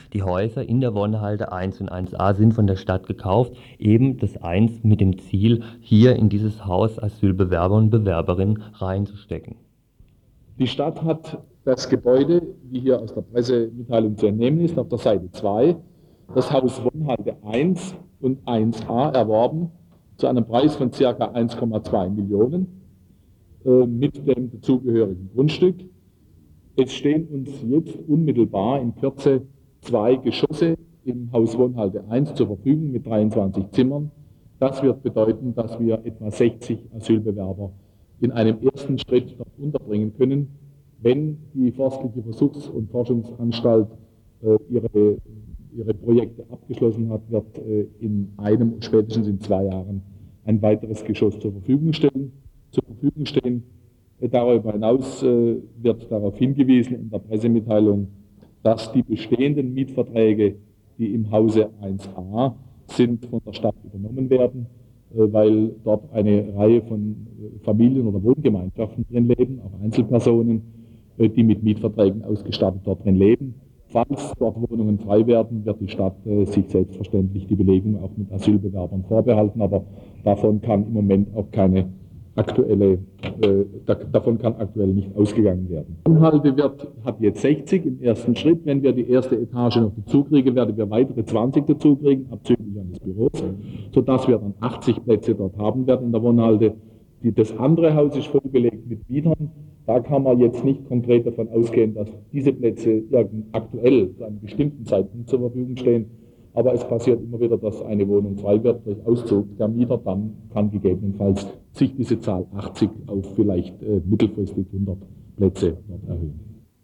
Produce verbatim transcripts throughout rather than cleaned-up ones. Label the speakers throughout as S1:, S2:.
S1: Die Häuser in der Wohnhalde eins und eins a sind von der Stadt gekauft, eben das eins mit dem Ziel, hier in dieses Haus Asylbewerber und Bewerberinnen reinzustecken.
S2: Die Stadt hat das Gebäude, wie hier aus der Pressemitteilung zu entnehmen ist, auf der Seite zwei, das Haus Wohnhalde eins und eins a erworben, zu einem Preis von ca. eins Komma zwei Millionen äh, mit dem dazugehörigen Grundstück. Es stehen uns jetzt unmittelbar in Kürze zwei Geschosse im Haus Wohnhalde eins zur Verfügung mit dreiundzwanzig Zimmern. Das wird bedeuten, dass wir etwa sechzig Asylbewerber in einem ersten Schritt dort unterbringen können, wenn die Forstliche Versuchs- und Forschungsanstalt äh, ihre, ihre Projekte abgeschlossen hat, wird äh, in einem, spätestens in zwei Jahren, ein weiteres Geschoss zur Verfügung stellen, zur Verfügung stehen. Darüber hinaus äh, wird darauf hingewiesen in der Pressemitteilung, dass die bestehenden Mietverträge, die im Hause eins a sind, von der Stadt übernommen werden, äh, weil dort eine Reihe von äh, Familien oder Wohngemeinschaften drin leben, auch Einzelpersonen, äh, die mit Mietverträgen ausgestattet dort drin leben. Falls dort Wohnungen frei werden, wird die Stadt äh, sich selbstverständlich die Belegung auch mit Asylbewerbern vorbehalten, aber davon kann im Moment auch keine aktuelle, äh, da, davon kann aktuell nicht ausgegangen werden. Wohnhalde wird, hat jetzt sechzig im ersten Schritt. Wenn wir die erste Etage noch dazu kriegen, werden wir weitere zwanzig dazu kriegen, abzüglich eines Büros, sodass wir dann achtzig Plätze dort haben werden in der Wohnhalde. Die, das andere Haus ist voll belegt mit Mietern. Da kann man jetzt nicht konkret davon ausgehen, dass diese Plätze aktuell zu einem bestimmten Zeitpunkt zur Verfügung stehen. Aber es passiert immer wieder, dass eine Wohnung frei wird durch Auszug der Mieter. Dann kann gegebenenfalls sich diese Zahl achtzig auf vielleicht äh, mittelfristig hundert Plätze dort erhöhen.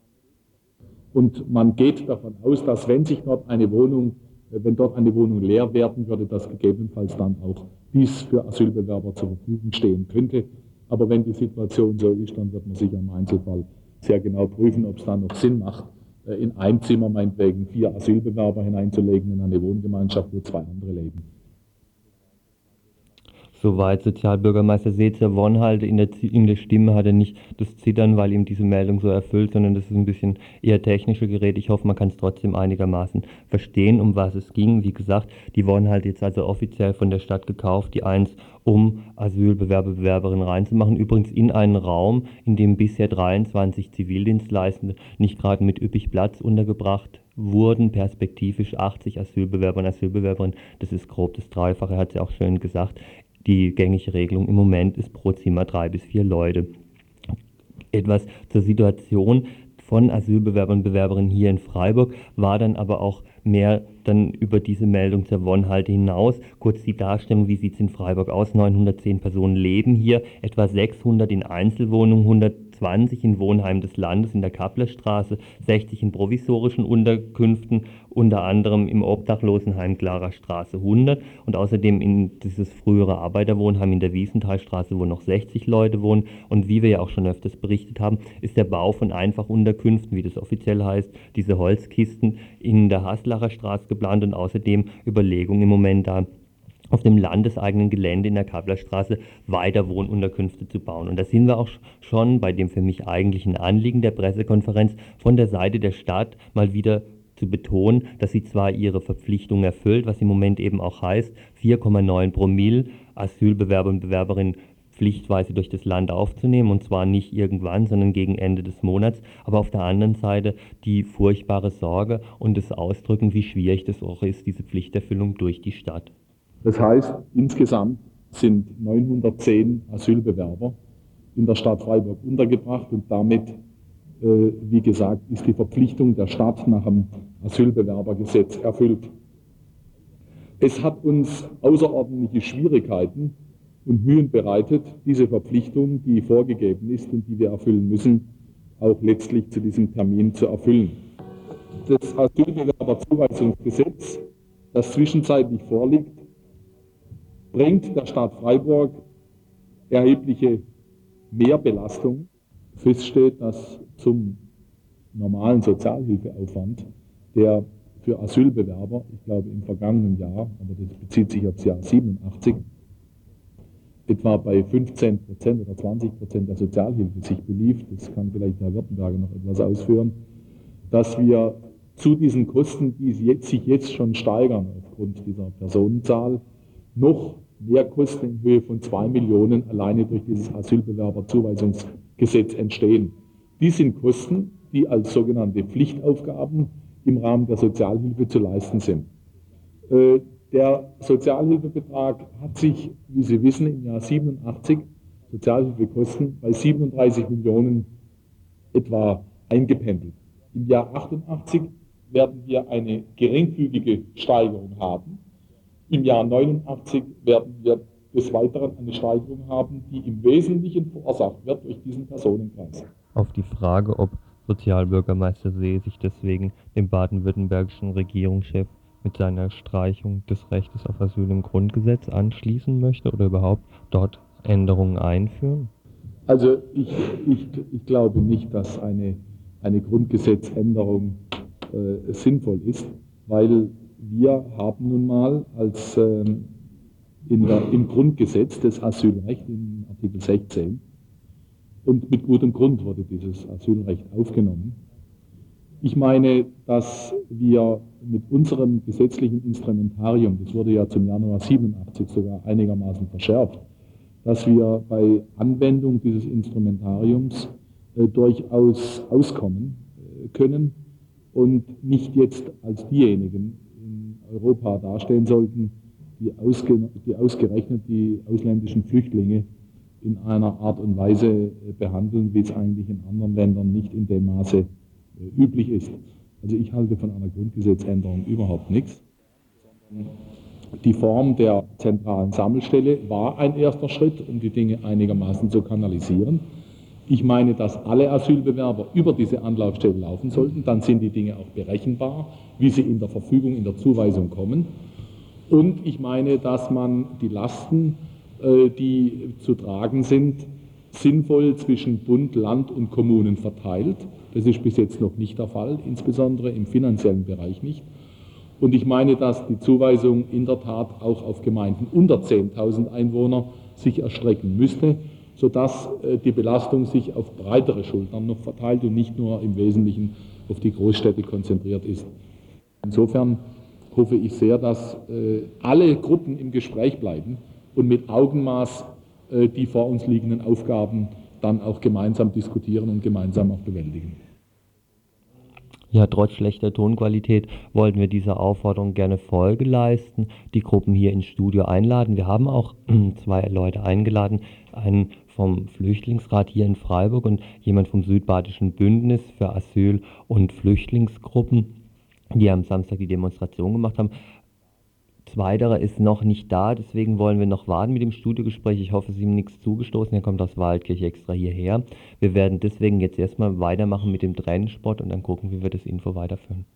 S2: Und man geht davon aus, dass wenn sich dort eine Wohnung, äh, wenn dort eine Wohnung leer werden würde, dass gegebenenfalls dann auch dies für Asylbewerber zur Verfügung stehen könnte. Aber wenn die Situation so ist, dann wird man sicher im Einzelfall sehr genau prüfen, ob es dann noch Sinn macht, in ein Zimmer meinetwegen vier Asylbewerber hineinzulegen in eine Wohngemeinschaft, wo zwei andere leben.
S1: Soweit Sozialbürgermeister Seetzer Wonhalde. In der, in der Stimme hat er nicht das Zittern, weil ihm diese Meldung so erfüllt, sondern das ist ein bisschen eher technische Gerät. Ich hoffe, man kann es trotzdem einigermaßen verstehen, um was es ging. Wie gesagt, die Wonhalde jetzt also offiziell von der Stadt gekauft, die eins, um Asylbewerber, Bewerberinnen reinzumachen. Übrigens in einen Raum, in dem bisher dreiundzwanzig Zivildienstleistende nicht gerade mit üppig Platz untergebracht wurden, perspektivisch achtzig Asylbewerber und Asylbewerberinnen. Das ist grob das Dreifache, hat sie auch schön gesagt. Die gängige Regelung im Moment ist pro Zimmer drei bis vier Leute. Etwas zur Situation von Asylbewerbern und Bewerberinnen hier in Freiburg war dann aber auch mehr dann über diese Meldung zur Wohnhalde hinaus. Kurz die Darstellung, wie sieht es in Freiburg aus? neunhundertzehn Personen leben hier, etwa sechshundert in Einzelwohnungen, hundertzwanzig in Wohnheimen des Landes in der Kapplerstraße, sechzig in provisorischen Unterkünften, unter anderem im Obdachlosenheim Klarer Straße hundert und außerdem in dieses frühere Arbeiterwohnheim in der Wiesenthalstraße, wo noch sechzig Leute wohnen. Und wie wir ja auch schon öfters berichtet haben, ist der Bau von Einfachunterkünften, wie das offiziell heißt, diese Holzkisten in der Haslacher Straße geplant und außerdem Überlegungen im Moment da, auf dem landeseigenen Gelände in der Kapplerstraße weiter Wohnunterkünfte zu bauen. Und da sind wir auch schon bei dem für mich eigentlichen Anliegen der Pressekonferenz von der Seite der Stadt mal wieder zu betonen, dass sie zwar ihre Verpflichtung erfüllt, was im Moment eben auch heißt, vier Komma neun Promille Asylbewerber und Bewerberinnen pflichtweise durch das Land aufzunehmen, und zwar nicht irgendwann, sondern gegen Ende des Monats, aber auf der anderen Seite die furchtbare Sorge und das Ausdrücken, wie schwierig das auch ist, diese Pflichterfüllung durch die Stadt.
S2: Das heißt, insgesamt sind neunhundertzehn Asylbewerber in der Stadt Freiburg untergebracht und damit, äh, wie gesagt, ist die Verpflichtung der Stadt nach dem Asylbewerbergesetz erfüllt. Es hat uns außerordentliche Schwierigkeiten und Mühen bereitet, diese Verpflichtung, die vorgegeben ist und die wir erfüllen müssen, auch letztlich zu diesem Termin zu erfüllen. Das Asylbewerberzuweisungsgesetz, das zwischenzeitlich vorliegt, bringt der Stadt Freiburg erhebliche Mehrbelastung. Fest steht, dass zum normalen Sozialhilfeaufwand, der für Asylbewerber, ich glaube im vergangenen Jahr, aber das bezieht sich aufs Jahr siebenundachtzig, etwa bei fünfzehn Prozent oder zwanzig Prozent der Sozialhilfe sich belief, das kann vielleicht Herr Württemberger noch etwas ausführen, dass wir zu diesen Kosten, die jetzt, sich jetzt schon steigern aufgrund dieser Personenzahl, noch Mehrkosten in Höhe von zwei Millionen alleine durch dieses Asylbewerberzuweisungsgesetz entstehen. Dies sind Kosten, die als sogenannte Pflichtaufgaben im Rahmen der Sozialhilfe zu leisten sind. Äh, der Sozialhilfebetrag hat sich, wie Sie wissen, im Jahr siebenundachtzig Sozialhilfekosten bei siebenunddreißig Millionen etwa eingependelt. Im Jahr achtundachtzig werden wir eine geringfügige Steigerung haben. Im Jahr neunundachtzig werden wir des Weiteren eine Steigerung haben, die im Wesentlichen verursacht wird durch diesen Personenkreis.
S1: Auf die Frage, ob Sozialbürgermeister See sich deswegen dem baden-württembergischen Regierungschef mit seiner Streichung des Rechtes auf Asyl im Grundgesetz anschließen möchte oder überhaupt dort Änderungen einführen?
S2: Also ich, ich, ich glaube nicht, dass eine, eine Grundgesetzänderung äh, sinnvoll ist, weil wir haben nun mal als ähm, in der, im Grundgesetz das Asylrecht in Artikel sechzehn und mit gutem Grund wurde dieses Asylrecht aufgenommen. Ich meine, dass wir mit unserem gesetzlichen Instrumentarium, das wurde ja zum Januar siebenundachtzig sogar einigermaßen verschärft, dass wir bei Anwendung dieses Instrumentariums äh, durchaus auskommen äh, können und nicht jetzt als diejenigen in Europa dastehen sollten, die, ausge, die ausgerechnet die ausländischen Flüchtlinge in einer Art und Weise äh, behandeln, wie es eigentlich in anderen Ländern nicht in dem Maße äh, üblich ist. Also ich halte von einer Grundgesetzänderung überhaupt nichts. Die Form der zentralen Sammelstelle war ein erster Schritt, um die Dinge einigermaßen zu kanalisieren. Ich meine, dass alle Asylbewerber über diese Anlaufstelle laufen sollten. Dann sind die Dinge auch berechenbar, wie sie in der Verfügung, in der Zuweisung kommen. Und ich meine, dass man die Lasten, äh, die zu tragen sind, sinnvoll zwischen Bund, Land und Kommunen verteilt. Das ist bis jetzt noch nicht der Fall, insbesondere im finanziellen Bereich nicht. Und ich meine, dass die Zuweisung in der Tat auch auf Gemeinden unter zehntausend Einwohner sich erstrecken müsste, sodass äh, die Belastung sich auf breitere Schultern noch verteilt und nicht nur im Wesentlichen auf die Großstädte konzentriert ist. Insofern hoffe ich sehr, dass äh, alle Gruppen im Gespräch bleiben und mit Augenmaß äh, die vor uns liegenden Aufgaben dann auch gemeinsam diskutieren und gemeinsam auch bewältigen.
S1: Ja, trotz schlechter Tonqualität wollten wir dieser Aufforderung gerne Folge leisten, die Gruppen hier ins Studio einladen. Wir haben auch zwei Leute eingeladen, einen vom Flüchtlingsrat hier in Freiburg und jemand vom Südbadischen Bündnis für Asyl- und Flüchtlingsgruppen, die am Samstag die Demonstration gemacht haben. Zweiterer ist noch nicht da, deswegen wollen wir noch warten mit dem Studiogespräch. Ich hoffe, es ist ihm nichts zugestoßen. Er kommt aus Waldkirch extra hierher. Wir werden deswegen jetzt erstmal weitermachen mit dem Trennsport und dann gucken, wie wir das Info weiterführen.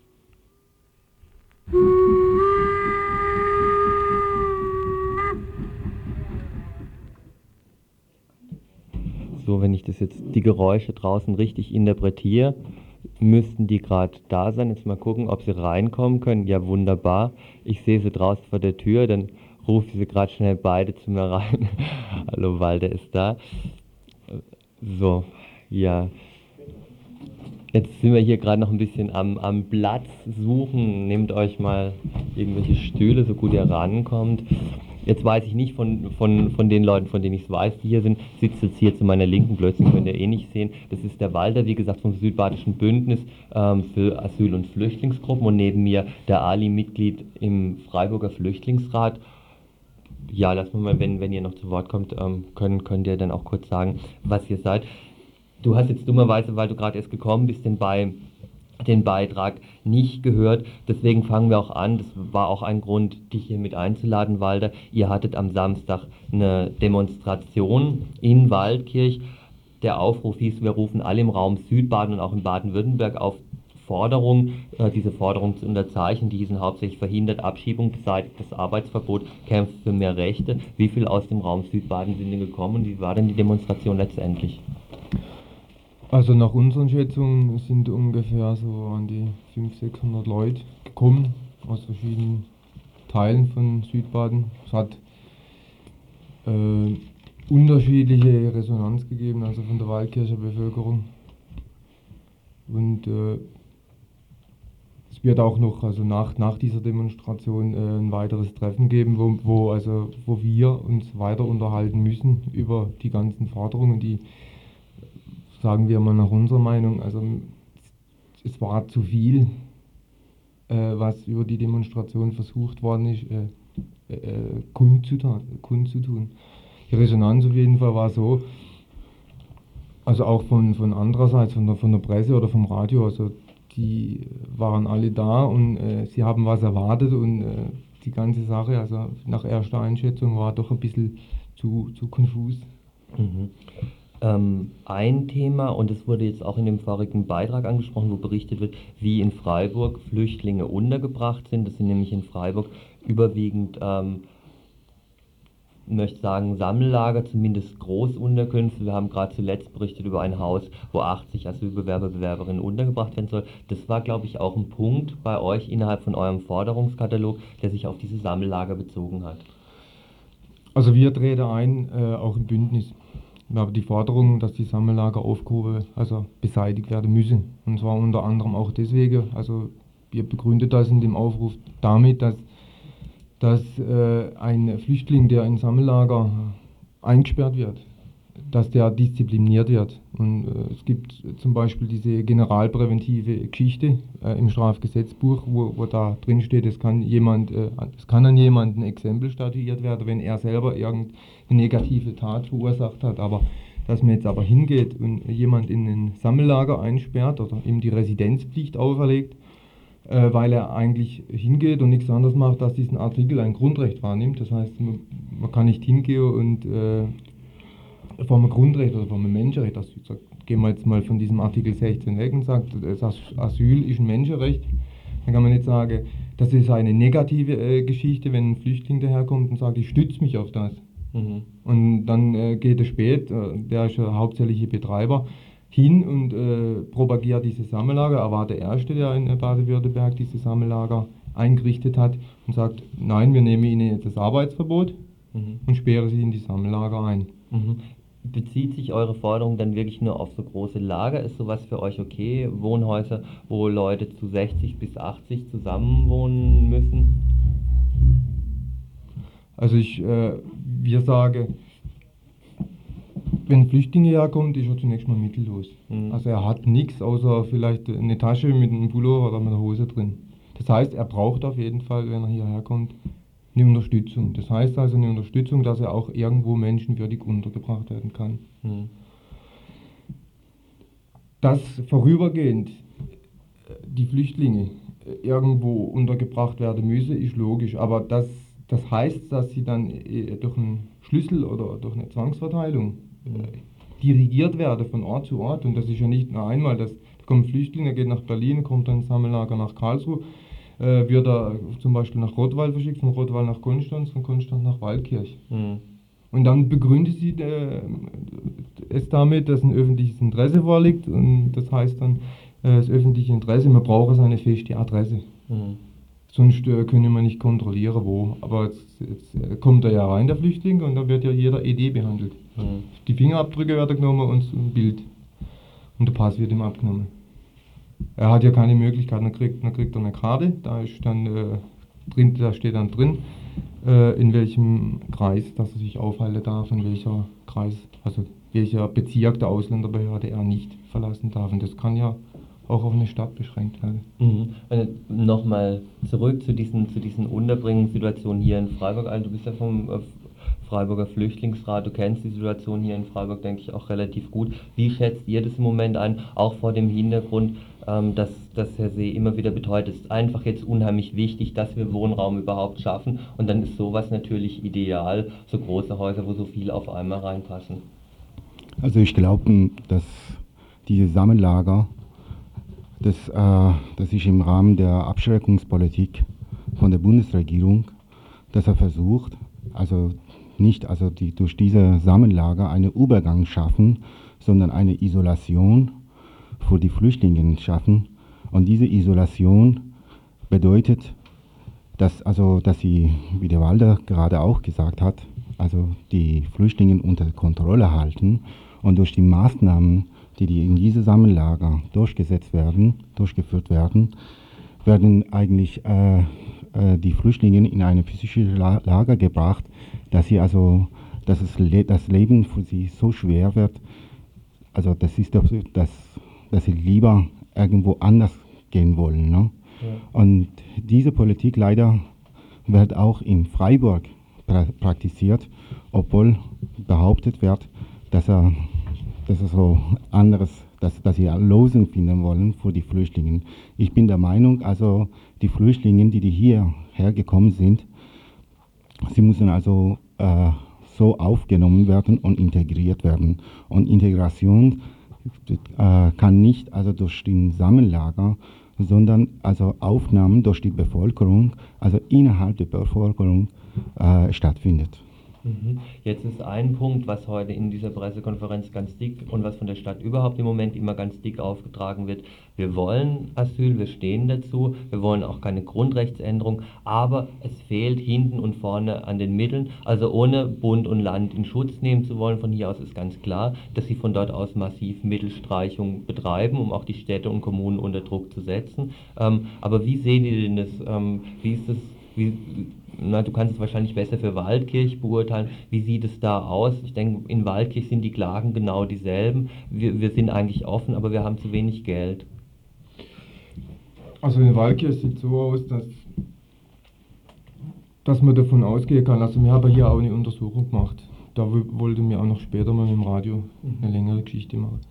S1: So, wenn ich das jetzt die Geräusche draußen richtig interpretiere, müssten die gerade da sein. Jetzt mal gucken, ob sie reinkommen können. Ja, wunderbar. Ich sehe sie draußen vor der Tür, dann rufe ich sie gerade schnell beide zu mir rein. Hallo, Walter ist da. So, ja. Jetzt sind wir hier gerade noch ein bisschen am, am Platz suchen. Nehmt euch mal irgendwelche Stühle, so gut ihr rankommt. Jetzt weiß ich nicht von, von, von den Leuten, von denen ich es weiß, die hier sind, sitzt jetzt hier zu meiner Linken, plötzlich könnt ihr eh nicht sehen. Das ist der Walter, wie gesagt, vom Südbadischen Bündnis ähm, für Asyl- und Flüchtlingsgruppen und neben mir der Ali, Mitglied im Freiburger Flüchtlingsrat. Ja, lass mal, wenn, wenn ihr noch zu Wort kommt, ähm, könnt, könnt ihr dann auch kurz sagen, was ihr seid. Du hast jetzt dummerweise, weil du gerade erst gekommen bist, den bei den Beitrag nicht gehört. Deswegen fangen wir auch an. Das war auch ein Grund, dich hier mit einzuladen, Walter. Ihr hattet am Samstag eine Demonstration in Waldkirch. Der Aufruf hieß, wir rufen alle im Raum Südbaden und auch in Baden-Württemberg auf, Forderung, äh, diese Forderung zu unterzeichnen. Die hießen hauptsächlich verhindert Abschiebung, beseitigt das Arbeitsverbot, kämpft für mehr Rechte. Wie viele aus dem Raum Südbaden sind denn gekommen und wie war denn die Demonstration letztendlich?
S3: Also nach unseren Schätzungen sind ungefähr so an die fünfhundert, sechshundert Leute gekommen aus verschiedenen Teilen von Südbaden. Es hat äh, unterschiedliche Resonanz gegeben, also von der Waldkircher Bevölkerung. Und äh, es wird auch noch, also nach, nach dieser Demonstration, äh, ein weiteres Treffen geben, wo, wo, also, wo wir uns weiter unterhalten müssen über die ganzen Forderungen, die, sagen wir mal nach unserer Meinung, also es war zu viel, äh, was über die Demonstration versucht worden ist, äh, äh, kundzutun, kundzutun. Die Resonanz auf jeden Fall war so, also auch von, von andererseits, von der, von der Presse oder vom Radio, also die waren alle da und äh, sie haben was erwartet und äh, die ganze Sache, also nach erster Einschätzung, war doch ein bisschen zu, zu konfus.
S1: Mhm. Ähm, ein Thema, und es wurde jetzt auch in dem vorigen Beitrag angesprochen, wo berichtet wird, wie in Freiburg Flüchtlinge untergebracht sind. Das sind nämlich in Freiburg überwiegend, ähm, ich möchte sagen, Sammellager, zumindest Großunterkünfte. Wir haben gerade zuletzt berichtet über ein Haus, wo achtzig Asylbewerber, Bewerberinnen untergebracht werden soll. Das war, glaube ich, auch ein Punkt bei euch innerhalb von eurem Forderungskatalog, der sich auf diese Sammellager bezogen hat.
S3: Also wir treten ein, äh, auch im Bündnis. Wir haben die Forderung, dass die Sammellager aufgehoben, also beseitigt werden müssen. Und zwar unter anderem auch deswegen, also wir begründen das in dem Aufruf damit, dass, dass äh, ein Flüchtling, der in Sammellager eingesperrt wird, dass der diszipliniert wird. Und äh, es gibt zum Beispiel diese generalpräventive Geschichte äh, im Strafgesetzbuch, wo, wo da drin steht, es kann jemand, äh, es kann an jemanden ein Exempel statuiert werden, wenn er selber irgendeine negative Tat verursacht hat. Aber dass man jetzt aber hingeht und jemand in ein Sammellager einsperrt oder ihm die Residenzpflicht auferlegt, äh, weil er eigentlich hingeht und nichts anderes macht, als diesen Artikel ein Grundrecht wahrnimmt. Das heißt, man, man kann nicht hingehen und äh, vom Grundrecht oder vom Menschenrecht, also ich sag, gehen wir jetzt mal von diesem Artikel sechzehn weg und sagt, das Asyl ist ein Menschenrecht, dann kann man nicht sagen, das ist eine negative äh, Geschichte, wenn ein Flüchtling daherkommt und sagt, ich stütze mich auf das. Mhm. Und dann äh, geht er spät, äh, der ist der hauptsächliche Betreiber, hin und äh, propagiert diese Sammellager. Er war der Erste, der in Baden-Württemberg diese Sammellager eingerichtet hat und sagt, nein, wir nehmen Ihnen jetzt das Arbeitsverbot mhm. und sperren Sie in die Sammellager ein.
S1: Mhm. Bezieht sich eure Forderung dann wirklich nur auf so große Lager? Ist sowas für euch okay? Wohnhäuser, wo Leute zu sechzig bis achtzig zusammenwohnen müssen?
S3: Also ich, äh, wir sagen, wenn ein Flüchtling herkommt, ist er zunächst mal mittellos. Mhm. Also er hat nichts, außer vielleicht eine Tasche mit einem Pullover oder mit einer Hose drin. Das heißt, er braucht auf jeden Fall, wenn er hierher kommt, eine Unterstützung. Das heißt also eine Unterstützung, dass er auch irgendwo menschenwürdig untergebracht werden kann. Mhm. Dass vorübergehend die Flüchtlinge irgendwo untergebracht werden müssen, ist logisch. Aber das, das heißt, dass sie dann durch einen Schlüssel oder durch eine Zwangsverteilung dirigiert werden von Ort zu Ort. Und das ist ja nicht nur einmal, dass da kommt ein Flüchtling, der geht nach Berlin, kommt dann ins Sammellager nach Karlsruhe, wird er zum Beispiel nach Rottweil verschickt, von Rottweil nach Konstanz, von Konstanz nach Waldkirch. Mhm. Und dann begründet sie äh, es damit, dass ein öffentliches Interesse vorliegt und das heißt dann, äh, das öffentliche Interesse, man braucht seine feste Adresse. Mhm. Sonst äh, können wir nicht kontrollieren, wo. Aber jetzt, jetzt kommt er ja rein, der Flüchtling, und da wird ja jeder E D behandelt. Mhm. Die Fingerabdrücke werden genommen und ein Bild. Und der Pass wird ihm abgenommen. Er hat ja keine Möglichkeit, dann kriegt, dann kriegt er eine Karte, da ist dann äh, drin, da steht dann drin, äh, in welchem Kreis, dass er sich aufhalten darf, in welcher Kreis, also welcher Bezirk der Ausländerbehörde er nicht verlassen darf. Und das kann ja auch auf eine Stadt beschränkt werden.
S1: Mhm. Nochmal zurück zu diesen, zu diesen Unterbringungssituationen hier in Freiburg. Also du bist ja vom äh, Freiburger Flüchtlingsrat, du kennst die Situation hier in Freiburg, denke ich, auch relativ gut. Wie schätzt ihr das im Moment ein, auch vor dem Hintergrund, ähm, dass, dass Herr See immer wieder beteuert, es ist einfach jetzt unheimlich wichtig, dass wir Wohnraum überhaupt schaffen, und dann ist sowas natürlich ideal, so große Häuser, wo so viel auf einmal reinpassen.
S4: Also ich glaube, dass diese Sammellager, das, äh, das ist im Rahmen der Abschreckungspolitik von der Bundesregierung, dass er versucht, also nicht also die, durch diese Sammellager einen Übergang schaffen, sondern eine Isolation für die Flüchtlinge schaffen. Und diese Isolation bedeutet, dass, also, dass sie, wie der Walter gerade auch gesagt hat, also die Flüchtlinge unter Kontrolle halten, und durch die Maßnahmen, die, die in diese Sammellager durchgesetzt werden, durchgeführt werden, werden eigentlich äh, äh, die Flüchtlinge in eine physische La Lager gebracht, dass sie also, dass es le das Leben für sie so schwer wird. Also das ist doch, dass, dass sie lieber irgendwo anders gehen wollen. Ne? Ja. Und diese Politik leider wird auch in Freiburg pra praktiziert, obwohl behauptet wird, dass er, dass er so anderes, dass, dass sie eine Lösung finden wollen für die Flüchtlinge. Ich bin der Meinung, also die Flüchtlinge, die, die hierher gekommen sind, sie müssen also äh, so aufgenommen werden und integriert werden. Und Integration äh, kann nicht also durch den Sammellager, sondern also Aufnahmen durch die Bevölkerung, also innerhalb der Bevölkerung äh, stattfindet.
S1: Jetzt ist ein Punkt, was heute in dieser Pressekonferenz ganz dick und was von der Stadt überhaupt im Moment immer ganz dick aufgetragen wird. Wir wollen Asyl, wir stehen dazu, wir wollen auch keine Grundrechtsänderung, aber es fehlt hinten und vorne an den Mitteln. Also ohne Bund und Land in Schutz nehmen zu wollen, von hier aus ist ganz klar, dass sie von dort aus massiv Mittelstreichung betreiben, um auch die Städte und Kommunen unter Druck zu setzen. Ähm, aber wie sehen die denn das? Ähm, wie ist das? Wie, na, du kannst es wahrscheinlich besser für Waldkirch beurteilen. Wie sieht es da aus? Ich denke, in Waldkirch sind die Klagen genau dieselben. Wir, wir sind eigentlich offen, aber wir haben zu wenig Geld.
S3: Also in Waldkirch sieht es so aus, dass, dass man davon ausgehen kann. Also wir haben hier auch eine Untersuchung gemacht. Da wollte mir auch noch später mal mit dem Radio eine längere Geschichte machen.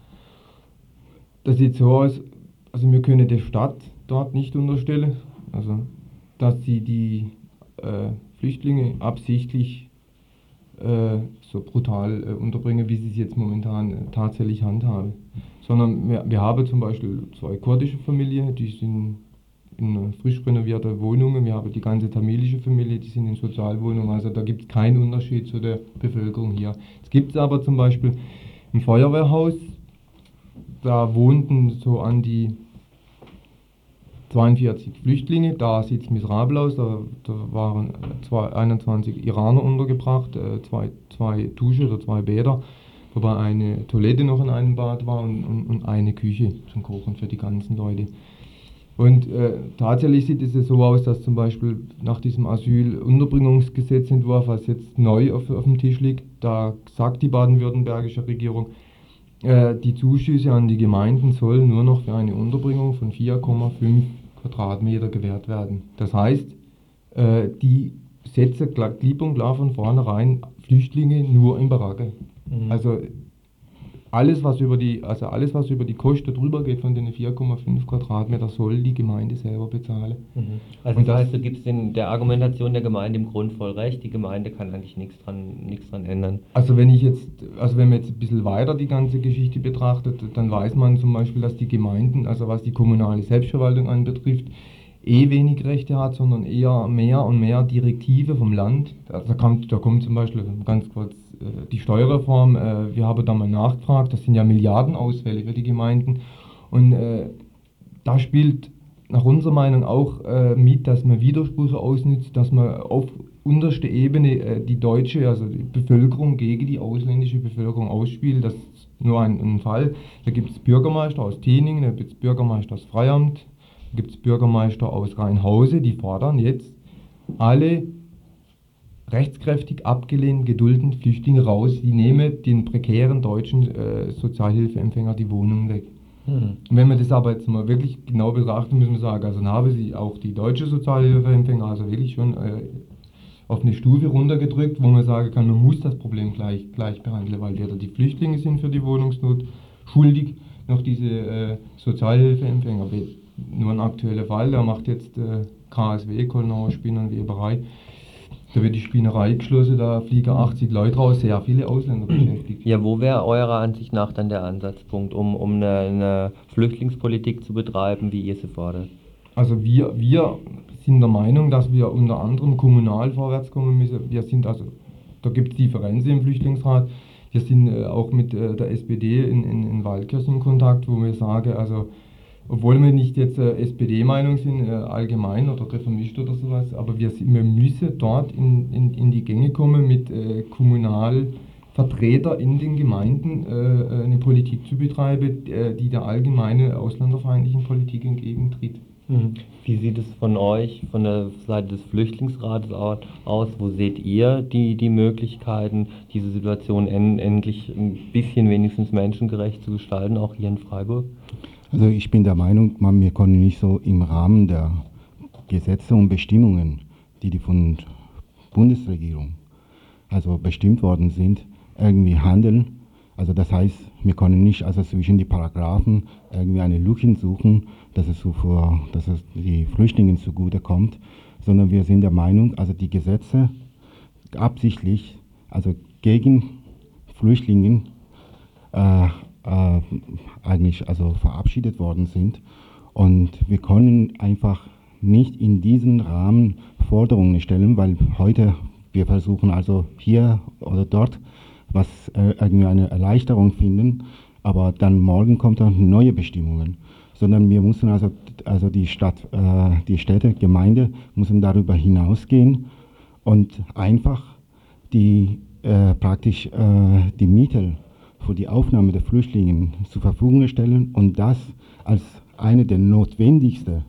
S3: Das sieht so aus, also wir können der Stadt dort nicht unterstellen, also dass sie die äh, Flüchtlinge absichtlich äh, so brutal äh, unterbringen, wie sie es jetzt momentan äh, tatsächlich handhaben. Sondern wir, wir haben zum Beispiel zwei kurdische Familien, die sind in frisch renovierter Wohnungen, wir haben die ganze tamilische Familie, die sind in Sozialwohnungen, also da gibt es keinen Unterschied zu der Bevölkerung hier. Es gibt aber zum Beispiel im Feuerwehrhaus, da wohnten so an die zweiundvierzig Flüchtlinge, da sieht es miserabel aus, da, da waren zwei, einundzwanzig Iraner untergebracht, äh, zwei, zwei Duschen oder zwei Bäder, wobei eine Toilette noch in einem Bad war und, und, und eine Küche zum Kochen für die ganzen Leute. Und äh, tatsächlich sieht es so aus, dass zum Beispiel nach diesem Asylunterbringungsgesetzentwurf, was jetzt neu auf, auf dem Tisch liegt, da sagt die baden-württembergische Regierung, äh, die Zuschüsse an die Gemeinden sollen nur noch für eine Unterbringung von vier Komma fünf Quadratmeter gewährt werden. Das heißt, äh, die setzen klipp und klar von vornherein Flüchtlinge nur in Baracke. Mhm. Also alles, was über die, also alles, was über die Kosten drüber geht von den vier Komma fünf Quadratmeter, soll die Gemeinde selber bezahlen.
S1: Mhm. Also das heißt, du gibst in der Argumentation der Gemeinde im Grund voll recht, die Gemeinde kann eigentlich nichts dran, nichts dran ändern.
S3: Also wenn ich jetzt, also wenn man jetzt ein bisschen weiter die ganze Geschichte betrachtet, dann weiß man zum Beispiel, dass die Gemeinden, also was die kommunale Selbstverwaltung anbetrifft, eh wenig Rechte hat, sondern eher mehr und mehr Direktive vom Land. Also da kommt, da kommt zum Beispiel ganz kurz die Steuerreform, äh, wir haben da mal nachgefragt, das sind ja Milliardenausfälle für die Gemeinden und äh, da spielt nach unserer Meinung auch äh, mit, dass man Widersprüche ausnutzt, dass man auf unterster Ebene äh, die deutsche, also die Bevölkerung gegen die ausländische Bevölkerung ausspielt. Das ist nur ein, ein Fall. Da gibt es Bürgermeister aus Teningen, da gibt es Bürgermeister aus Freiamt, da gibt es Bürgermeister aus Rheinhause, die fordern jetzt alle rechtskräftig abgelehnten, geduldeten Flüchtlinge raus, die nehmen den prekären deutschen äh, Sozialhilfeempfänger die Wohnung weg. Hm. Und wenn man das aber jetzt mal wirklich genau betrachten, müssen wir sagen, also dann haben sie auch die deutsche Sozialhilfeempfänger also wirklich schon äh, auf eine Stufe runtergedrückt, wo man sagen kann, man muss das Problem gleich, gleich behandeln, weil weder die Flüchtlinge sind für die Wohnungsnot schuldig, noch diese äh, Sozialhilfeempfänger. Nur ein aktueller Fall, da macht jetzt äh, K S W, Kollnauer Spinner und Weberei, da wird die Spinnerei geschlossen, da fliegen achtzig Leute raus, sehr viele Ausländer beschäftigt.
S1: Ja, wo wäre eurer Ansicht nach dann der Ansatzpunkt, um, um eine, eine Flüchtlingspolitik zu betreiben, wie ihr sie fordert?
S3: Also wir, wir sind der Meinung, dass wir unter anderem kommunal vorwärts kommen müssen. Wir sind also, da gibt es Differenzen im Flüchtlingsrat. Wir sind äh, auch mit äh, der S P D in, in, in Waldkirch in Kontakt, wo wir sagen, also obwohl wir nicht jetzt äh, S P D-Meinung sind, äh, allgemein oder reformistisch oder sowas, aber wir, wir müssen dort in, in, in die Gänge kommen, mit äh, Kommunalvertretern in den Gemeinden äh, eine Politik zu betreiben, äh, die der allgemeinen ausländerfeindlichen Politik entgegentritt.
S1: Wie sieht es von euch, von der Seite des Flüchtlingsrates aus? Wo seht ihr die, die Möglichkeiten, diese Situation en endlich ein bisschen wenigstens menschengerecht zu gestalten, auch hier in Freiburg?
S4: Also ich bin der Meinung, man, wir können nicht so im Rahmen der Gesetze und Bestimmungen, die, die von der Bundesregierung also bestimmt worden sind, irgendwie handeln. Also das heißt, wir können nicht also zwischen die Paragraphen irgendwie eine Lücke suchen, dass es, so für, dass es die Flüchtlingen zugutekommt, sondern wir sind der Meinung, also die Gesetze absichtlich, also gegen Flüchtlinge äh, äh, eigentlich also verabschiedet worden sind. Und wir können einfach nicht in diesen Rahmen Forderungen stellen, weil heute wir versuchen also hier oder dort was äh, irgendwie eine Erleichterung finden, aber dann morgen kommt dann neue Bestimmungen, sondern wir müssen also also die Stadt, äh, die Städte, Gemeinde müssen darüber hinausgehen und einfach die äh, praktisch äh, die Mittel für die Aufnahme der Flüchtlinge zur Verfügung stellen und das als eine der notwendigsten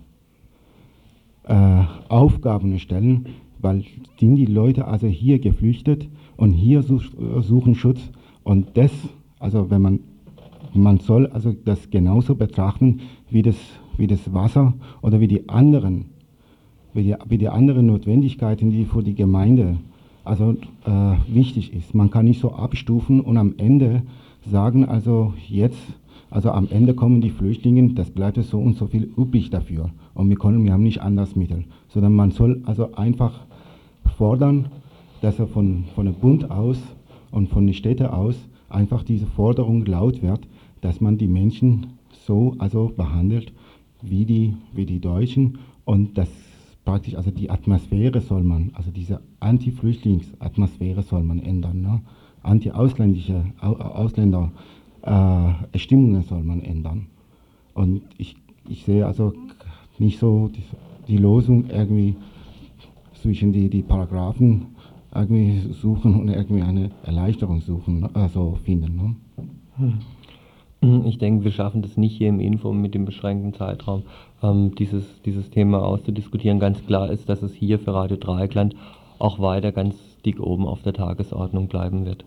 S4: äh, Aufgaben stellen, weil sind die Leute also hier geflüchtet und hier such, suchen Schutz und das, also wenn man, man soll also das genauso betrachten wie das, wie das Wasser oder wie die anderen, wie die, wie die anderen Notwendigkeiten, die für die Gemeinde also äh, wichtig ist. Man kann nicht so abstufen und am Ende sagen, also jetzt, also am Ende kommen die Flüchtlinge, das bleibt so und so viel übrig dafür und wir können, wir haben nicht anders Mittel, sondern man soll also einfach fordern, dass er von, von dem Bund aus und von den Städten aus einfach diese Forderung laut wird, dass man die Menschen so also behandelt wie die, wie die Deutschen und das praktisch, also die Atmosphäre soll man, also diese Anti-Flüchtlings-Atmosphäre soll man ändern, ne? Anti-ausländische Ausländer äh, Stimmungen soll man ändern. Und ich, ich sehe also nicht so die, die Lösung irgendwie zwischen die, die Paragraphen irgendwie suchen und irgendwie eine Erleichterung suchen, also finden.
S1: Ne? Ich denke, wir schaffen das nicht hier im Info mit dem beschränkten Zeitraum, ähm, dieses, dieses Thema auszudiskutieren. Ganz klar ist, dass es hier für Radio Dreieckland auch weiter ganz dick oben auf der Tagesordnung bleiben wird.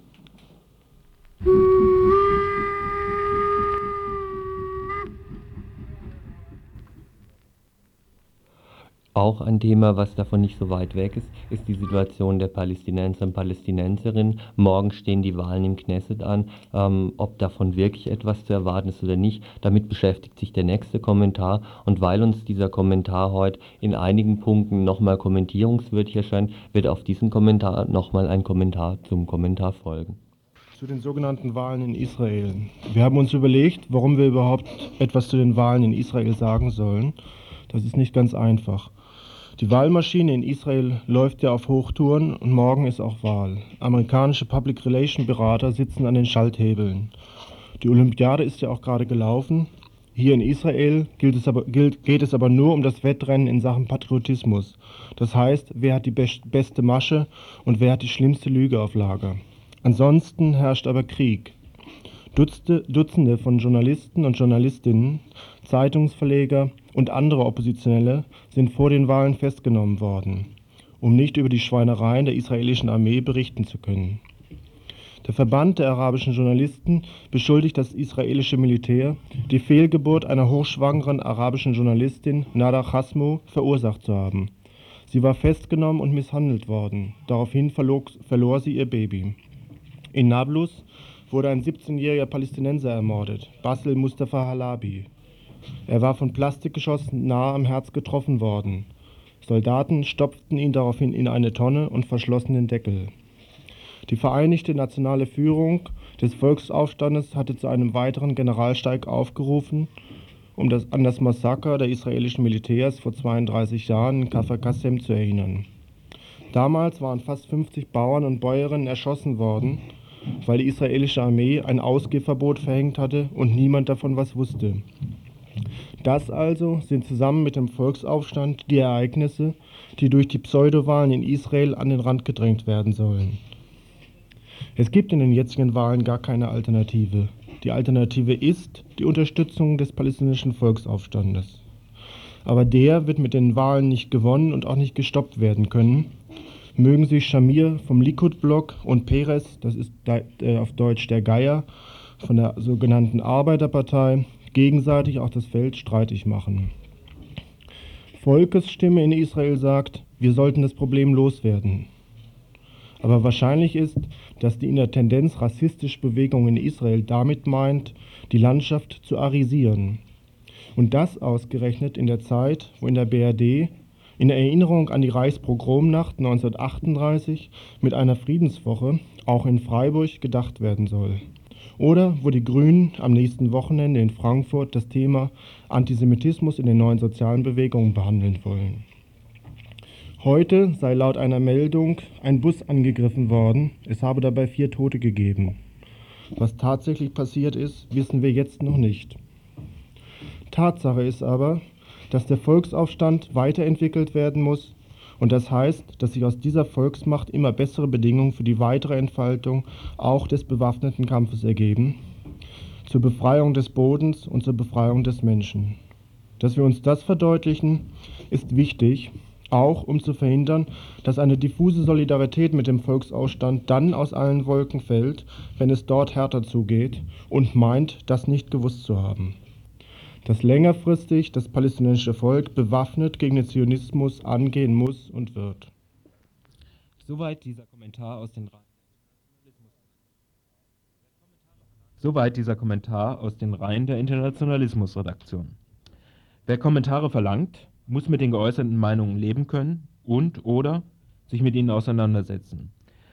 S1: Auch ein Thema, was davon nicht so weit weg ist, ist die Situation der Palästinenser und Palästinenserinnen. Morgen stehen die Wahlen im Knesset an. Ähm, ob davon wirklich etwas zu erwarten ist oder nicht, damit beschäftigt sich der nächste Kommentar. Und weil uns dieser Kommentar heute in einigen Punkten nochmal kommentierungswürdig erscheint, wird auf diesen Kommentar nochmal ein Kommentar zum Kommentar folgen.
S5: Zu den sogenannten Wahlen in Israel. Wir haben uns überlegt, warum wir überhaupt etwas zu den Wahlen in Israel sagen sollen. Das ist nicht ganz einfach. Die Wahlmaschine in Israel läuft ja auf Hochtouren und morgen ist auch Wahl. Amerikanische Public Relation Berater sitzen an den Schalthebeln. Die Olympiade ist ja auch gerade gelaufen. Hier in Israel gilt es aber, gilt, geht es aber nur um das Wettrennen in Sachen Patriotismus. Das heißt, wer hat die be- beste Masche und wer hat die schlimmste Lüge auf Lager. Ansonsten herrscht aber Krieg. Dutzende, Dutzende von Journalisten und Journalistinnen, Zeitungsverleger und andere Oppositionelle sind vor den Wahlen festgenommen worden, um nicht über die Schweinereien der israelischen Armee berichten zu können. Der Verband der arabischen Journalisten beschuldigt das israelische Militär, die Fehlgeburt einer hochschwangeren arabischen Journalistin, Nada Khasmo, verursacht zu haben. Sie war festgenommen und misshandelt worden. Daraufhin verlor, verlor sie ihr Baby. In Nablus wurde ein siebzehnjähriger Palästinenser ermordet, Bassel Mustafa Halabi. Er war von Plastikgeschossen nahe am Herz getroffen worden. Soldaten stopften ihn daraufhin in eine Tonne und verschlossen den Deckel. Die Vereinigte Nationale Führung des Volksaufstandes hatte zu einem weiteren Generalstreik aufgerufen, um das, an das Massaker der israelischen Militärs vor zweiunddreißig Jahren in Kfar Qassem zu erinnern. Damals waren fast fünfzig Bauern und Bäuerinnen erschossen worden, weil die israelische Armee ein Ausgehverbot verhängt hatte und niemand davon was wusste. Das also sind zusammen mit dem Volksaufstand die Ereignisse, die durch die Pseudowahlen in Israel an den Rand gedrängt werden sollen. Es gibt in den jetzigen Wahlen gar keine Alternative. Die Alternative ist die Unterstützung des palästinensischen Volksaufstandes. Aber der wird mit den Wahlen nicht gewonnen und auch nicht gestoppt werden können. Mögen sich Shamir vom Likud-Block und Peres, das ist auf Deutsch der Geier, von der sogenannten Arbeiterpartei, gegenseitig auch das Feld streitig machen. Volkesstimme in Israel sagt, wir sollten das Problem loswerden. Aber wahrscheinlich ist, dass die in der Tendenz rassistische Bewegung in Israel damit meint, die Landschaft zu arisieren. Und das ausgerechnet in der Zeit, wo in der B R D in Erinnerung an die Reichspogromnacht neunzehnhundertachtunddreißig mit einer Friedenswoche auch in Freiburg gedacht werden soll. Oder wo die Grünen am nächsten Wochenende in Frankfurt das Thema Antisemitismus in den neuen sozialen Bewegungen behandeln wollen. Heute sei laut einer Meldung ein Bus angegriffen worden, es habe dabei vier Tote gegeben. Was tatsächlich passiert ist, wissen wir jetzt noch nicht. Tatsache ist aber, dass der Volksaufstand weiterentwickelt werden muss und das heißt, dass sich aus dieser Volksmacht immer bessere Bedingungen für die weitere Entfaltung auch des bewaffneten Kampfes ergeben, zur Befreiung des Bodens und zur Befreiung des Menschen. Dass wir uns das verdeutlichen, ist wichtig, auch um zu verhindern, dass eine diffuse Solidarität mit dem Volksaufstand dann aus allen Wolken fällt, wenn es dort härter zugeht und meint, das nicht gewusst zu haben. Dass längerfristig das palästinensische Volk bewaffnet gegen den Zionismus angehen muss und wird.
S6: Soweit dieser Kommentar aus den Reihen. Soweit dieser Kommentar aus den Reihen der Internationalismusredaktion. Wer Kommentare verlangt, muss mit den geäußerten Meinungen leben können und oder sich mit ihnen auseinandersetzen.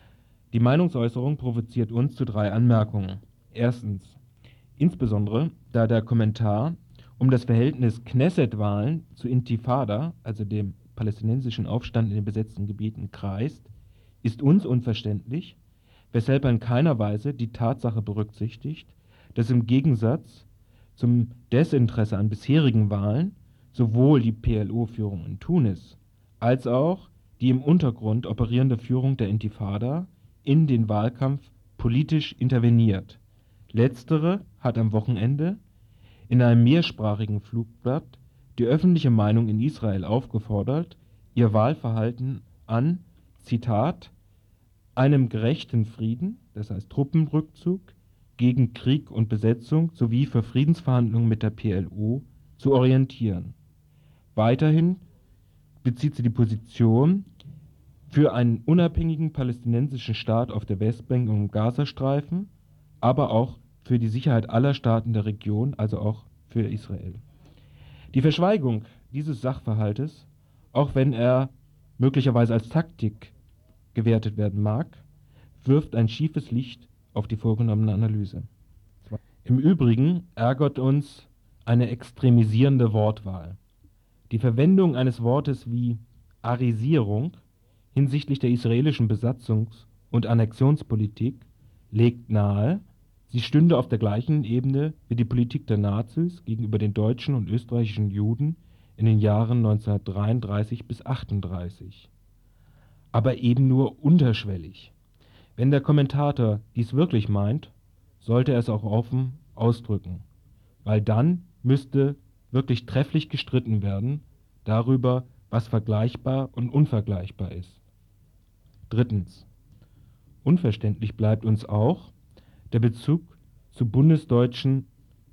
S6: Die Meinungsäußerung provoziert uns zu drei Anmerkungen. Erstens, insbesondere da der Kommentar um das Verhältnis Knesset-Wahlen zu Intifada, also dem palästinensischen Aufstand in den besetzten Gebieten, kreist, ist uns unverständlich, weshalb er in keiner Weise die Tatsache berücksichtigt, dass im Gegensatz zum Desinteresse an bisherigen Wahlen sowohl die P L O-Führung in Tunis als auch die im Untergrund operierende Führung der Intifada in den Wahlkampf politisch interveniert. Letztere hat am Wochenende in einem mehrsprachigen Flugblatt die öffentliche Meinung in Israel aufgefordert, ihr Wahlverhalten an, Zitat, einem gerechten Frieden, das heißt Truppenrückzug, gegen Krieg und Besetzung sowie für Friedensverhandlungen mit der P L O zu orientieren. Weiterhin bezieht sie die Position für einen unabhängigen palästinensischen Staat auf der Westbank und im Gazastreifen, aber auch für die Sicherheit aller Staaten der Region, also auch für Israel. Die Verschweigung dieses Sachverhaltes, auch wenn er möglicherweise als Taktik gewertet werden mag, wirft ein schiefes Licht auf die vorgenommene Analyse. Im Übrigen ärgert uns eine extremisierende Wortwahl. Die Verwendung eines Wortes wie Arisierung hinsichtlich der israelischen Besatzungs- und Annexionspolitik legt nahe, sie stünde auf der gleichen Ebene wie die Politik der Nazis gegenüber den deutschen und österreichischen Juden in den Jahren neunzehnhundertdreiunddreißig bis achtunddreißig. Aber eben nur unterschwellig. Wenn der Kommentator dies wirklich meint, sollte er es auch offen ausdrücken, weil dann müsste wirklich trefflich gestritten werden darüber, was vergleichbar und unvergleichbar ist. Drittens. Unverständlich bleibt uns auch der Bezug zu bundesdeutschen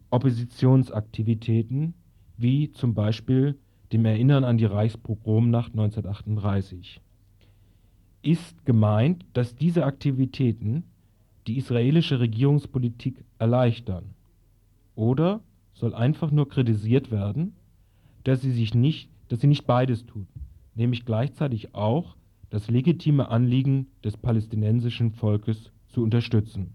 S6: Oppositionsaktivitäten, wie zum Beispiel dem Erinnern an die Reichspogromnacht neunzehnhundertachtunddreißig. Ist gemeint, dass diese Aktivitäten die israelische Regierungspolitik erleichtern? Oder soll einfach nur kritisiert werden, dass sie sich nicht, dass sie nicht beides tut, nämlich gleichzeitig auch das legitime Anliegen des palästinensischen Volkes zu unterstützen?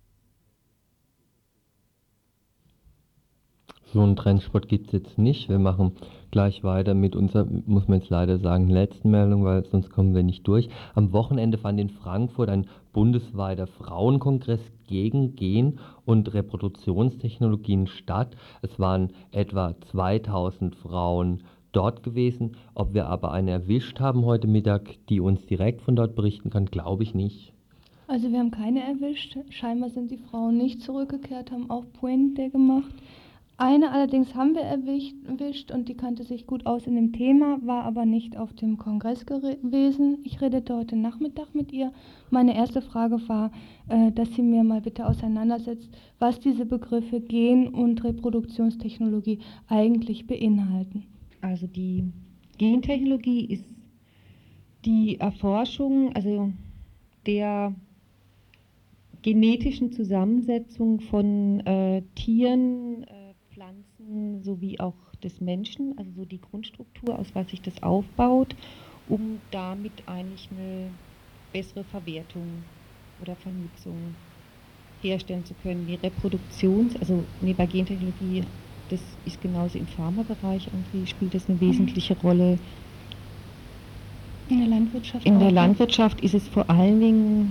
S1: So einen Trendsport gibt es jetzt nicht. Wir machen gleich weiter mit unserer, muss man jetzt leider sagen, letzten Meldung, weil sonst kommen wir nicht durch. Am Wochenende fand in Frankfurt ein bundesweiter Frauenkongress gegen Gen- und Reproduktionstechnologien statt. Es waren etwa zweitausend Frauen dort gewesen. Ob wir aber eine erwischt haben heute Mittag, die uns direkt von dort berichten kann, glaube ich nicht.
S7: Also wir haben keine erwischt. Scheinbar sind die Frauen nicht zurückgekehrt, haben auch Puente gemacht. Eine allerdings haben wir erwischt und die kannte sich gut aus in dem Thema, war aber nicht auf dem Kongress gewesen. Ich redete heute Nachmittag mit ihr. Meine erste Frage war, äh, dass sie mir mal bitte auseinandersetzt, was diese Begriffe Gen- und Reproduktionstechnologie eigentlich beinhalten.
S8: Also die Gentechnologie ist die Erforschung, also der genetischen Zusammensetzung von äh, Tieren, äh, Pflanzen sowie auch des Menschen, also so die Grundstruktur, aus was sich das aufbaut, um damit eigentlich eine bessere Verwertung oder Vernutzung herstellen zu können. Die Reproduktions-, also nee, bei Gentechnologie, das ist genauso im Pharmabereich irgendwie, spielt das eine wesentliche Rolle.
S7: In der Landwirtschaft
S8: In der
S7: auch,
S8: Landwirtschaft ist es vor allen Dingen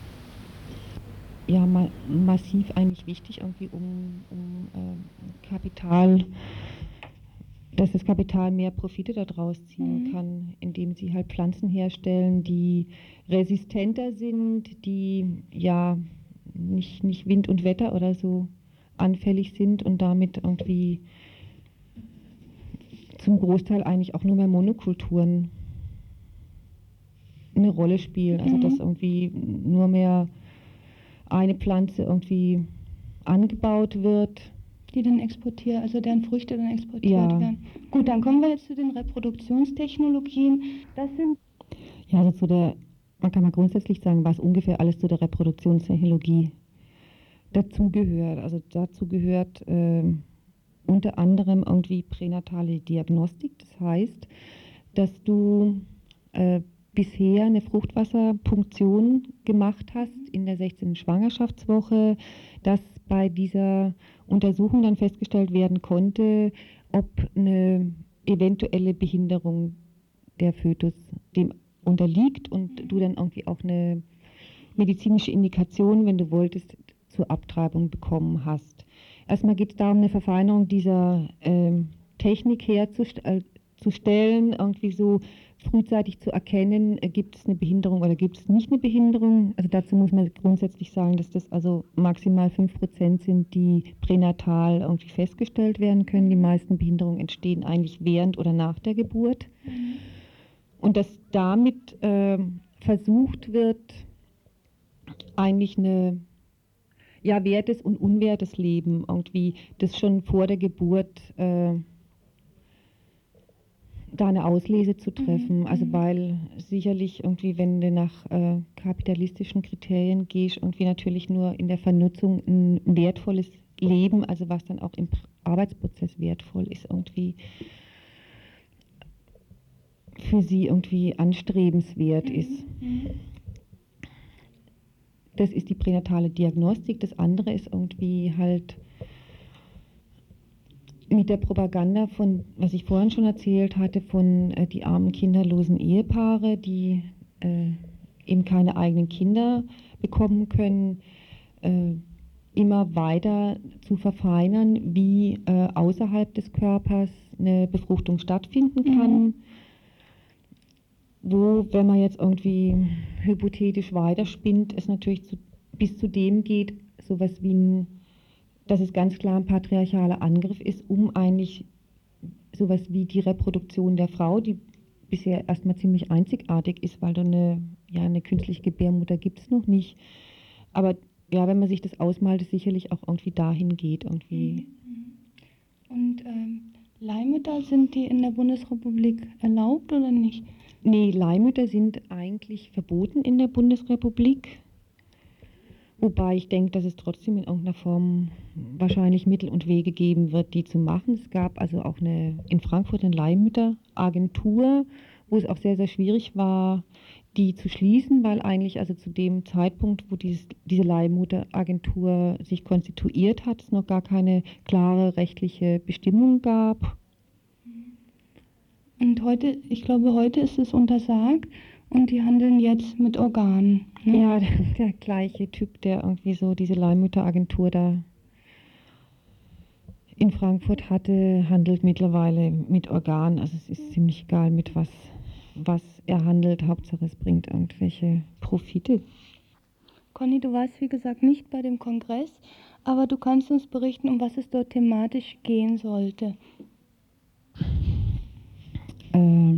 S8: ja, ma massiv eigentlich wichtig, irgendwie um, um äh, Kapital, dass das Kapital mehr Profite daraus ziehen
S7: Mhm.
S8: kann, indem sie halt Pflanzen herstellen, die resistenter sind, die ja nicht, nicht Wind und Wetter oder so anfällig sind und damit irgendwie zum Großteil eigentlich auch nur mehr Monokulturen eine Rolle spielen. Also
S7: Mhm.
S8: dass irgendwie nur mehr eine Pflanze irgendwie angebaut wird.
S7: die dann exportiert, also deren Früchte dann exportiert
S8: Ja.
S7: werden. Gut, dann kommen wir jetzt zu den Reproduktionstechnologien. Das sind
S8: Ja, also zu der, man kann mal grundsätzlich sagen, was ungefähr alles zu der Reproduktionstechnologie dazugehört. Also dazu gehört äh, unter anderem irgendwie pränatale Diagnostik. Das heißt, dass du äh, bisher eine Fruchtwasserpunktion gemacht hast in der sechzehnten Schwangerschaftswoche, dass bei dieser Untersuchung dann festgestellt werden konnte, ob eine eventuelle Behinderung der Fötus dem unterliegt und du dann irgendwie auch eine medizinische Indikation, wenn du wolltest, zur Abtreibung bekommen hast. Erstmal geht es darum, eine Verfeinerung dieser ähm, Technik herzustellen, irgendwie so frühzeitig zu erkennen, äh, gibt es eine Behinderung oder gibt es nicht eine Behinderung. Also dazu muss man grundsätzlich sagen, dass das also maximal fünf Prozent sind, die pränatal irgendwie festgestellt werden können. Die meisten Behinderungen entstehen eigentlich während oder nach der Geburt. Und dass damit ähm, versucht wird, eigentlich eine ja, wertes und unwertes Leben irgendwie, das schon vor der Geburt äh, da eine Auslese zu treffen.
S7: Mhm.
S8: Also weil sicherlich irgendwie, wenn du nach äh, kapitalistischen Kriterien gehst, irgendwie natürlich nur in der Vernutzung ein wertvolles Leben, also was dann auch im Arbeitsprozess wertvoll ist, irgendwie für sie irgendwie anstrebenswert
S7: Mhm.
S8: ist.
S7: Mhm.
S8: Das ist die pränatale Diagnostik. Das andere ist irgendwie halt mit der Propaganda von, was ich vorhin schon erzählt hatte, von äh, die armen kinderlosen Ehepaare, die äh, eben keine eigenen Kinder bekommen können, äh, immer weiter zu verfeinern, wie äh, außerhalb des Körpers eine Befruchtung stattfinden kann.
S7: Mhm.
S8: Wo, wenn man jetzt irgendwie hypothetisch weiterspinnt, es natürlich zu, bis zu dem geht, sowas wie ein, dass es ganz klar ein patriarchaler Angriff ist, um eigentlich sowas wie die Reproduktion der Frau, die bisher erstmal ziemlich einzigartig ist, weil da eine, ja, eine künstliche Gebärmutter gibt es noch nicht. Aber ja, wenn man sich das ausmalt, es sicherlich auch irgendwie dahin geht. Irgendwie.
S7: Und ähm, Leihmütter, sind die in der Bundesrepublik erlaubt oder nicht?
S8: Nee, Leihmütter sind eigentlich verboten in der Bundesrepublik. Wobei ich denke, dass es trotzdem in irgendeiner Form wahrscheinlich Mittel und Wege geben wird, die zu machen. Es gab also auch eine, in Frankfurt eine Leihmütteragentur, wo es auch sehr, sehr schwierig war, die zu schließen, weil eigentlich also zu dem Zeitpunkt, wo dieses, diese Leihmutteragentur sich konstituiert hat, es noch gar keine klare rechtliche Bestimmung gab.
S7: Und heute, ich glaube, heute ist es untersagt und die handeln jetzt mit Organen. Ne?
S8: Ja, der, der gleiche Typ, der irgendwie so diese Leihmütteragentur da in Frankfurt hatte, handelt mittlerweile mit Organen. Also es ist ziemlich egal, mit was, was er handelt. Hauptsache es bringt irgendwelche Profite.
S7: Conny, du warst wie gesagt nicht bei dem Kongress, aber du kannst uns berichten, um was es dort thematisch gehen sollte.
S8: Äh,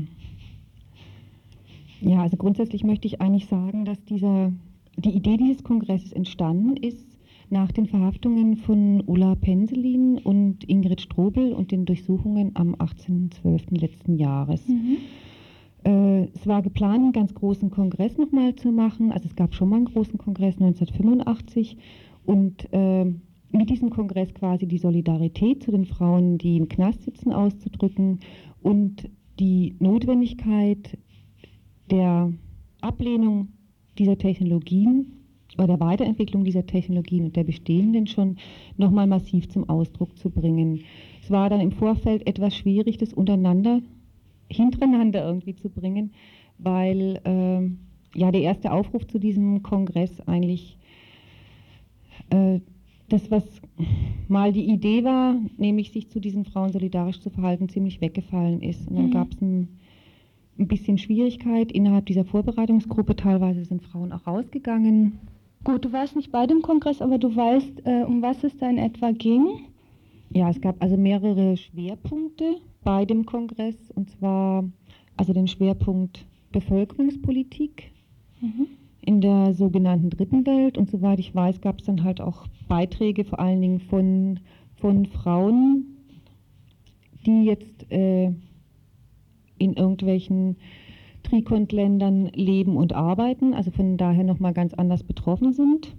S8: ja, also grundsätzlich möchte ich eigentlich sagen, dass dieser, die Idee dieses Kongresses entstanden ist nach den Verhaftungen von Ulla Penselin und Ingrid Strobel und den Durchsuchungen am achtzehnten zwölften letzten Jahres.
S7: Mhm.
S8: Äh, es war geplant, einen ganz großen Kongress nochmal zu machen. Also es gab schon mal einen großen Kongress neunzehnhundertfünfundachtzig und äh, mit diesem Kongress quasi die Solidarität zu den Frauen, die im Knast sitzen, auszudrücken und die Notwendigkeit der Ablehnung dieser Technologien oder der Weiterentwicklung dieser Technologien und der bestehenden schon nochmal massiv zum Ausdruck zu bringen. Es war dann im Vorfeld etwas schwierig, das untereinander, hintereinander irgendwie zu bringen, weil äh, ja der erste Aufruf zu diesem Kongress eigentlich äh, das, was mal die Idee war, nämlich sich zu diesen Frauen solidarisch zu verhalten, ziemlich weggefallen ist. Und dann
S7: Mhm.
S8: gab es ein, ein bisschen Schwierigkeit innerhalb dieser Vorbereitungsgruppe. Teilweise sind Frauen auch rausgegangen.
S7: Gut, du warst nicht bei dem Kongress, aber du weißt, äh, um was es da in etwa ging.
S8: Ja, es gab also mehrere Schwerpunkte bei dem Kongress, und zwar also den Schwerpunkt Bevölkerungspolitik
S7: Mhm.
S8: in der sogenannten Dritten Welt, und soweit ich weiß, gab es dann halt auch Beiträge vor allen Dingen von, von Frauen, die jetzt äh, in irgendwelchen Trikont-Ländern leben und arbeiten, also von daher nochmal ganz anders betroffen sind.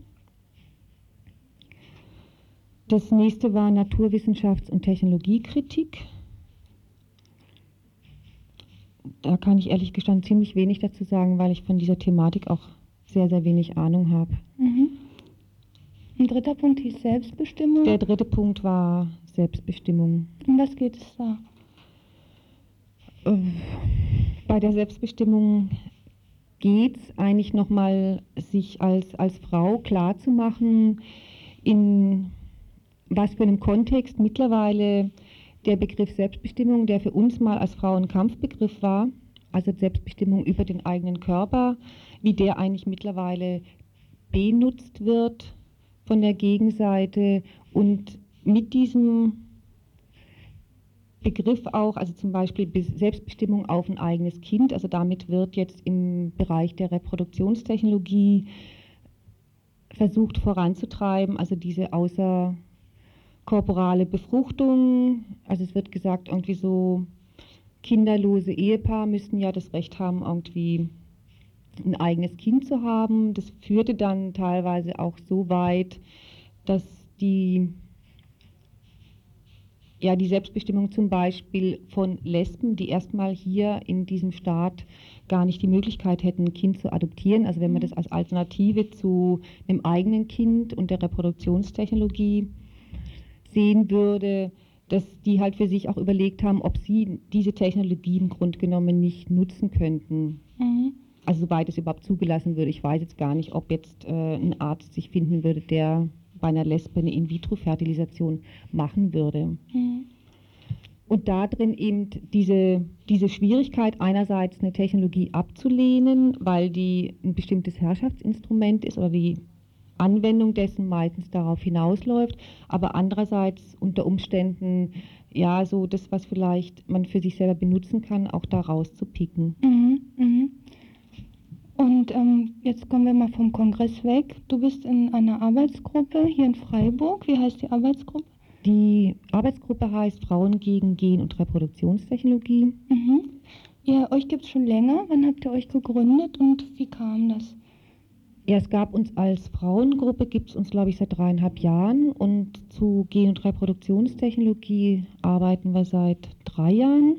S8: Das nächste war Naturwissenschafts- und Technologiekritik. Da kann ich ehrlich gestanden ziemlich wenig dazu sagen, weil ich von dieser Thematik auch sehr, sehr wenig Ahnung habe.
S7: Mhm. Ein dritter Punkt hieß Selbstbestimmung.
S8: Der dritte Punkt war Selbstbestimmung.
S7: Um was geht es da?
S8: Äh, Bei der Selbstbestimmung geht es eigentlich nochmal, sich als, als Frau klarzumachen, in was für einem Kontext mittlerweile der Begriff Selbstbestimmung, der für uns mal als Frau ein Kampfbegriff war, also Selbstbestimmung über den eigenen Körper, wie der eigentlich mittlerweile benutzt wird von der Gegenseite und mit diesem Begriff auch, also zum Beispiel Selbstbestimmung auf ein eigenes Kind, also damit wird jetzt im Bereich der Reproduktionstechnologie versucht voranzutreiben, also diese außerkorporale Befruchtung, also es wird gesagt, irgendwie so kinderlose Ehepaare müssten ja das Recht haben, irgendwie ein eigenes Kind zu haben. Das führte dann teilweise auch so weit, dass die Ja, die Selbstbestimmung zum Beispiel von Lesben, die erstmal hier in diesem Staat gar nicht die Möglichkeit hätten, ein Kind zu adoptieren. Also wenn man das als Alternative zu einem eigenen Kind und der Reproduktionstechnologie sehen würde, dass die halt für sich auch überlegt haben, ob sie diese Technologie im Grunde genommen nicht nutzen könnten.
S7: Mhm.
S8: Also soweit es überhaupt zugelassen würde. Ich weiß jetzt gar nicht, ob jetzt äh, ein Arzt sich finden würde, der bei einer Lesbe eine In-vitro-Fertilisation machen würde.
S7: Mhm.
S8: Und da drin eben diese, diese Schwierigkeit, einerseits eine Technologie abzulehnen, weil die ein bestimmtes Herrschaftsinstrument ist oder die Anwendung dessen meistens darauf hinausläuft, aber andererseits unter Umständen ja so das, was vielleicht man für sich selber benutzen kann, auch da rauszupicken.
S7: Mhm. Mhm. Und ähm, jetzt kommen wir mal vom Kongress weg. Du bist in einer Arbeitsgruppe hier in Freiburg. Wie heißt die Arbeitsgruppe?
S8: Die Arbeitsgruppe heißt Frauen gegen Gen- und Reproduktionstechnologie.
S7: Mhm. Ja, euch gibt es schon länger. Wann habt ihr euch gegründet und wie kam das?
S8: Ja, es gab uns als Frauengruppe, gibt es uns, glaube ich, seit dreieinhalb Jahren, und zu Gen- und Reproduktionstechnologie arbeiten wir seit drei Jahren.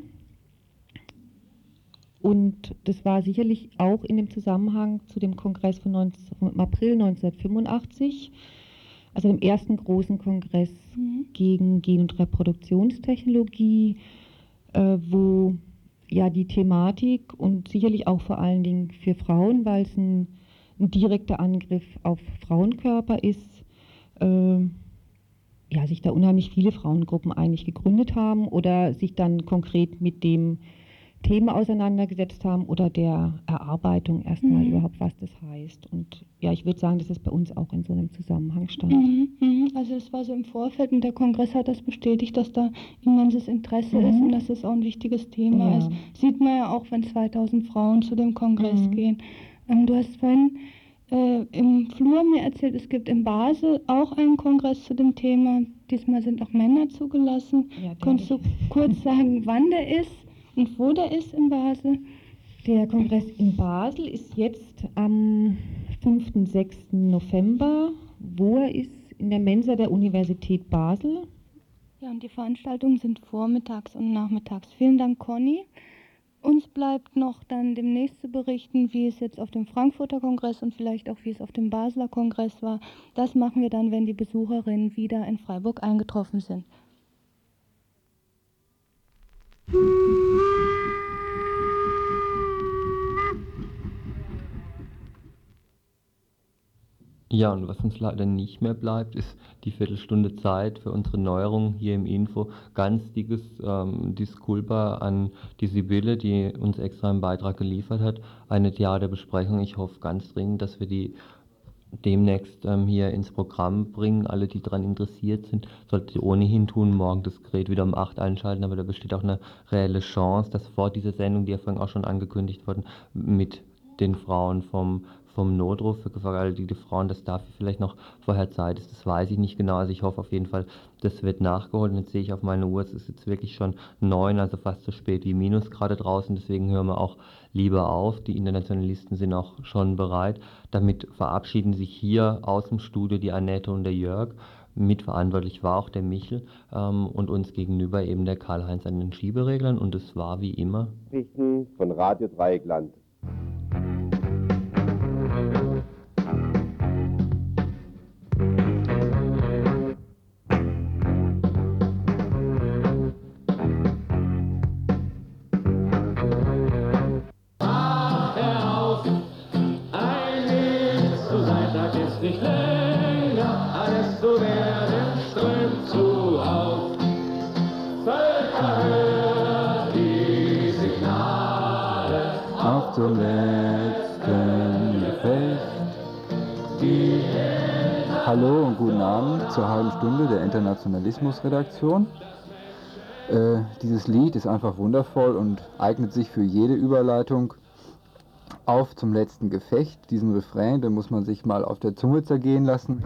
S8: Und das war sicherlich auch in dem Zusammenhang zu dem Kongress von neunzehn, vom April neunzehnhundertfünfundachtzig, also dem ersten großen Kongress
S7: Mhm.
S8: gegen Gen- und Reproduktionstechnologie, äh, wo ja die Thematik und sicherlich auch vor allen Dingen für Frauen, weil es ein, ein direkter Angriff auf Frauenkörper ist, äh, ja, sich da unheimlich viele Frauengruppen eigentlich gegründet haben oder sich dann konkret mit dem Thema auseinandergesetzt haben oder der Erarbeitung erstmal
S7: Mhm.
S8: überhaupt, was das heißt. Und ja, ich würde sagen, dass es bei uns auch in so einem Zusammenhang stand.
S7: Mhm, mhm. Also es war so im Vorfeld und der Kongress hat das bestätigt, dass da immenses Interesse
S8: Mhm.
S7: ist und dass es auch ein wichtiges Thema
S8: Ja.
S7: ist. Sieht man ja auch, wenn zweitausend Frauen zu dem Kongress
S8: Mhm.
S7: gehen. Ähm, du hast vorhin äh, im Flur mir erzählt, es gibt in Basel auch einen Kongress zu dem Thema. Diesmal sind auch Männer zugelassen.
S8: Ja, der
S7: Könntest du
S8: hab ich-
S7: kurz sagen, wann der ist und wo der ist in Basel?
S8: Der Kongress in Basel ist jetzt am fünften und sechsten November. Wo er ist? In der Mensa der Universität Basel.
S7: Ja, und die Veranstaltungen sind vormittags und nachmittags. Vielen Dank, Conny. Uns bleibt noch dann demnächst zu berichten, wie es jetzt auf dem Frankfurter Kongress und vielleicht auch wie es auf dem Basler Kongress war. Das machen wir dann, wenn die Besucherinnen wieder in Freiburg eingetroffen sind.
S1: Ja, und was uns leider nicht mehr bleibt, ist die Viertelstunde Zeit für unsere Neuerung hier im Info. Ganz dickes ähm, Disculpa an die Sibylle, die uns extra einen Beitrag geliefert hat. Eine Theaterbesprechung. Ich hoffe ganz dringend, dass wir die demnächst ähm, hier ins Programm bringen. Alle, die daran interessiert sind, solltet ihr ohnehin tun. Morgen das Gerät wieder um acht einschalten, aber da besteht auch eine reelle Chance, dass vor dieser Sendung, die ja vorhin auch schon angekündigt wurde, mit den Frauen vom vom Notruf für vergewaltigte Frauen, dass dafür vielleicht noch vorher Zeit ist, das weiß ich nicht genau. Also ich hoffe auf jeden Fall, das wird nachgeholt. Und jetzt sehe ich auf meine Uhr, es ist jetzt wirklich schon neun, also fast so spät wie minus gerade draußen. Deswegen hören wir auch lieber auf. Die Internationalisten sind auch schon bereit. Damit verabschieden sich hier aus dem Studio die Annette und der Jörg. Mitverantwortlich war auch der Michel ähm, und uns gegenüber eben der Karl-Heinz an den Schiebereglern. Und es war wie immer
S9: Nachrichten von Radio Dreieckland.
S10: Zum letzten Gefecht. Hallo und guten Abend zur halben Stunde der Internationalismus-Redaktion. Äh, dieses Lied ist einfach wundervoll und eignet sich für jede Überleitung auf zum letzten Gefecht. Diesen Refrain, den muss man sich mal auf der Zunge zergehen lassen.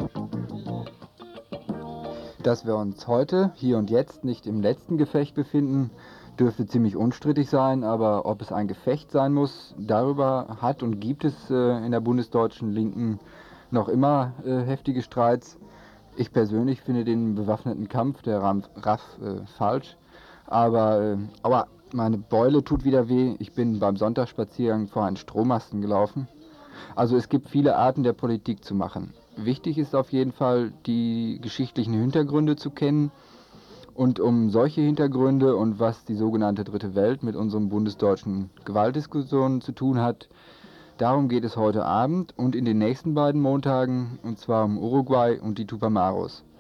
S10: Dass wir uns heute, hier und jetzt, nicht im letzten Gefecht befinden, dürfte ziemlich unstrittig sein, aber ob es ein Gefecht sein muss, darüber hat und gibt es äh, in der bundesdeutschen Linken noch immer äh, heftige Streits. Ich persönlich finde den bewaffneten Kampf der R A F äh, falsch, aber äh, aua, meine Beule tut wieder weh. Ich bin beim Sonntagsspaziergang vor einen Strommasten gelaufen. Also es gibt viele Arten der Politik zu machen. Wichtig ist auf jeden Fall, die geschichtlichen Hintergründe zu kennen. Und um solche Hintergründe und was die sogenannte Dritte Welt mit unseren bundesdeutschen Gewaltdiskussionen zu tun hat, darum geht es heute Abend und in den nächsten beiden Montagen, und zwar um Uruguay und die Tupamaros.